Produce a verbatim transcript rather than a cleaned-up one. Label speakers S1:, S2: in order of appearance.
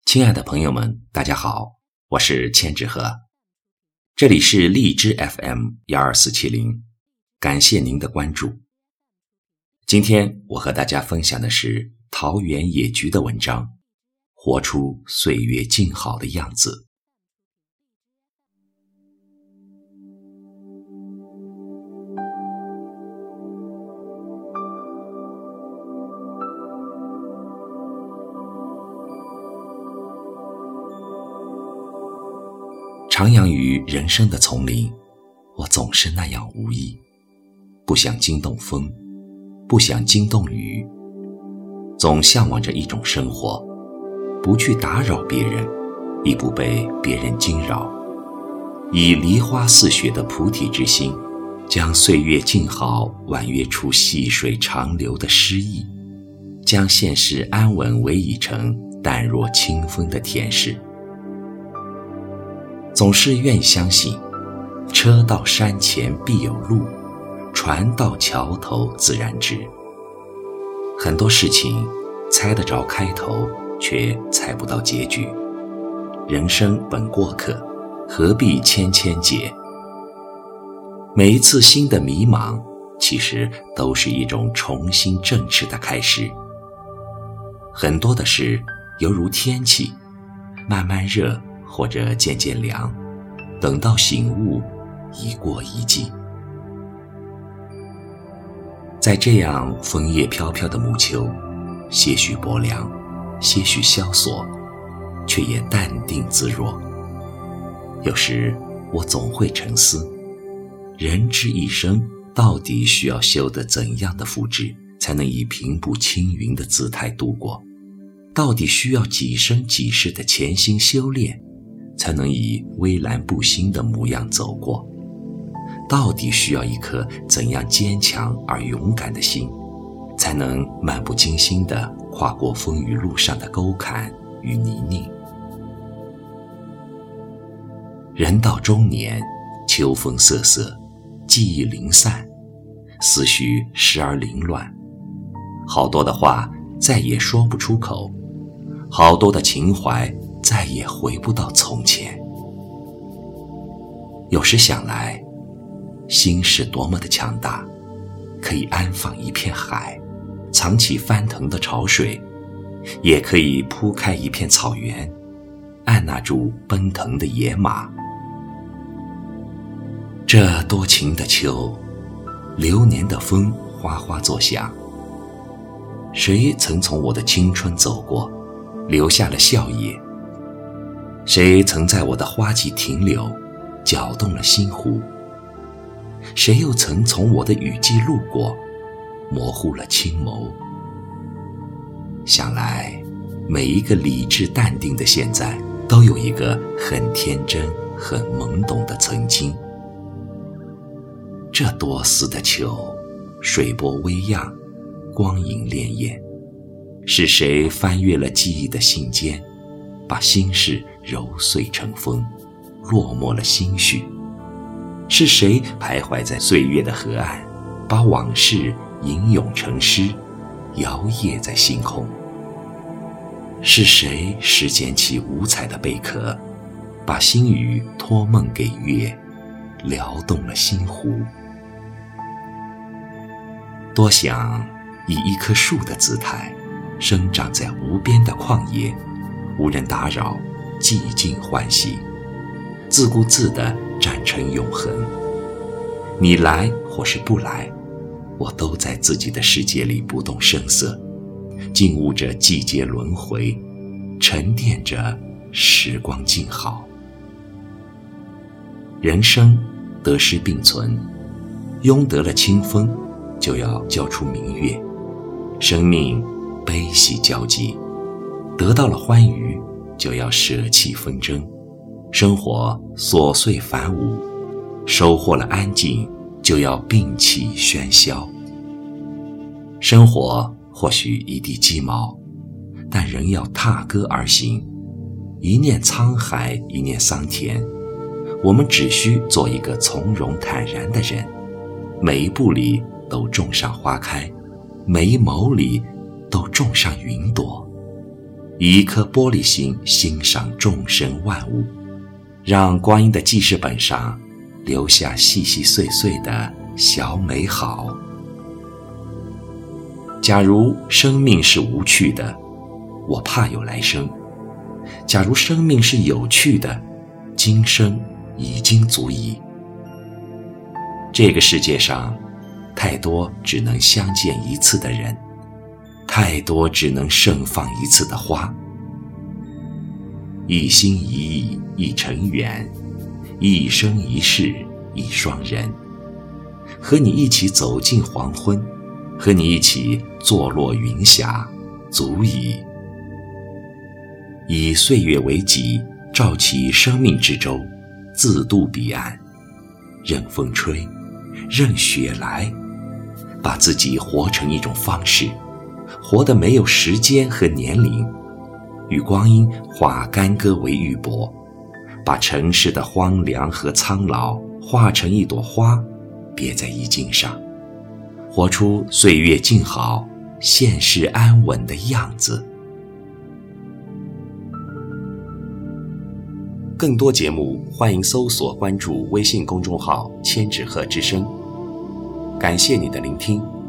S1: 亲爱的朋友们，大家好，我是千纸鹤，这里是荔枝 F M 一二四七零，感谢您的关注。今天我和大家分享的是桃源野菊的文章，活出岁月静好的样子。徜徉于人生的丛林，我总是那样无意，不想惊动风，不想惊动雨，总向往着一种生活，不去打扰别人，亦不被别人惊扰，以梨花似雪的菩提之心，将岁月静好婉约出细水长流的诗意，将现实安稳委以成淡若清风的恬适。总是愿意相信，车到山前必有路，船到桥头自然直。很多事情猜得着开头，却猜不到结局。人生本过客，何必千千结？每一次新的迷茫，其实都是一种重新正视的开始。很多的事犹如天气，慢慢热或者渐渐凉，等到醒悟，一过一季。在这样枫叶飘飘的暮秋，些许薄凉，些许萧索，却也淡定自若。有时我总会沉思，人之一生到底需要修得怎样的福祉，才能以平步青云的姿态度过？到底需要几生几世的潜心修炼，才能以微澜不兴的模样走过？到底需要一颗怎样坚强而勇敢的心，才能漫不经心地跨过风雨路上的沟坎与泥泞？人到中年，秋风瑟瑟，记忆零散，思绪时而凌乱，好多的话再也说不出口，好多的情怀再也回不到从前。有时想来，心是多么的强大，可以安放一片海，藏起翻腾的潮水，也可以铺开一片草原，按捺住奔腾的野马。这多情的秋，流年的风哗哗作响，谁曾从我的青春走过，留下了笑靥？谁曾在我的花季停留，搅动了心湖？谁又曾从我的雨季路过，模糊了青眸？想来，每一个理智淡定的现在，都有一个很天真、很懵懂的曾经。这多似的秋，水波微漾，光影潋滟，是谁翻阅了记忆的信笺，把心事揉碎成风，落寞了心绪？是谁徘徊在岁月的河岸，把往事吟咏成诗，摇曳在星空？是谁拾捡起五彩的贝壳，把星语托梦给月，撩动了心湖？多想以一棵树的姿态，生长在无边的旷野，无人打扰，寂静欢喜，自顾自地站成永恒。你来或是不来，我都在自己的世界里不动声色，静悟着季节轮回，沉淀着时光静好。人生得失并存，拥得了清风，就要交出明月；生命悲喜交集，得到了欢愉，就要舍弃纷争。生活琐碎繁芜，收获了安静，就要摒弃喧嚣。生活或许一地鸡毛，但仍要踏歌而行，一念沧海，一念桑田。我们只需做一个从容坦然的人，每一步里都种上花开，每一眸里都种上云朵。 以一颗玻璃心欣赏众生万物，让光阴的记事本上留下细细碎碎的小美好。假如生命是无趣的，我怕有来生；假如生命是有趣的，今生已经足矣。这个世界上，太多只能相见一次的人，太多只能盛放一次的花。一心一意一尘缘，一生一世一双人。和你一起走进黄昏，和你一起坐落云霞，足矣。以岁月为己，照起生命之舟，自渡彼岸。任风吹，任雪来，把自己活成一种方式，活得没有时间和年龄，与光阴化干戈为玉帛，把尘世的荒凉和苍老化成一朵花，别在衣襟上，活出岁月静好，现世安稳的样子。更多节目欢迎搜索关注微信公众号千纸鹤之声。感谢你的聆听。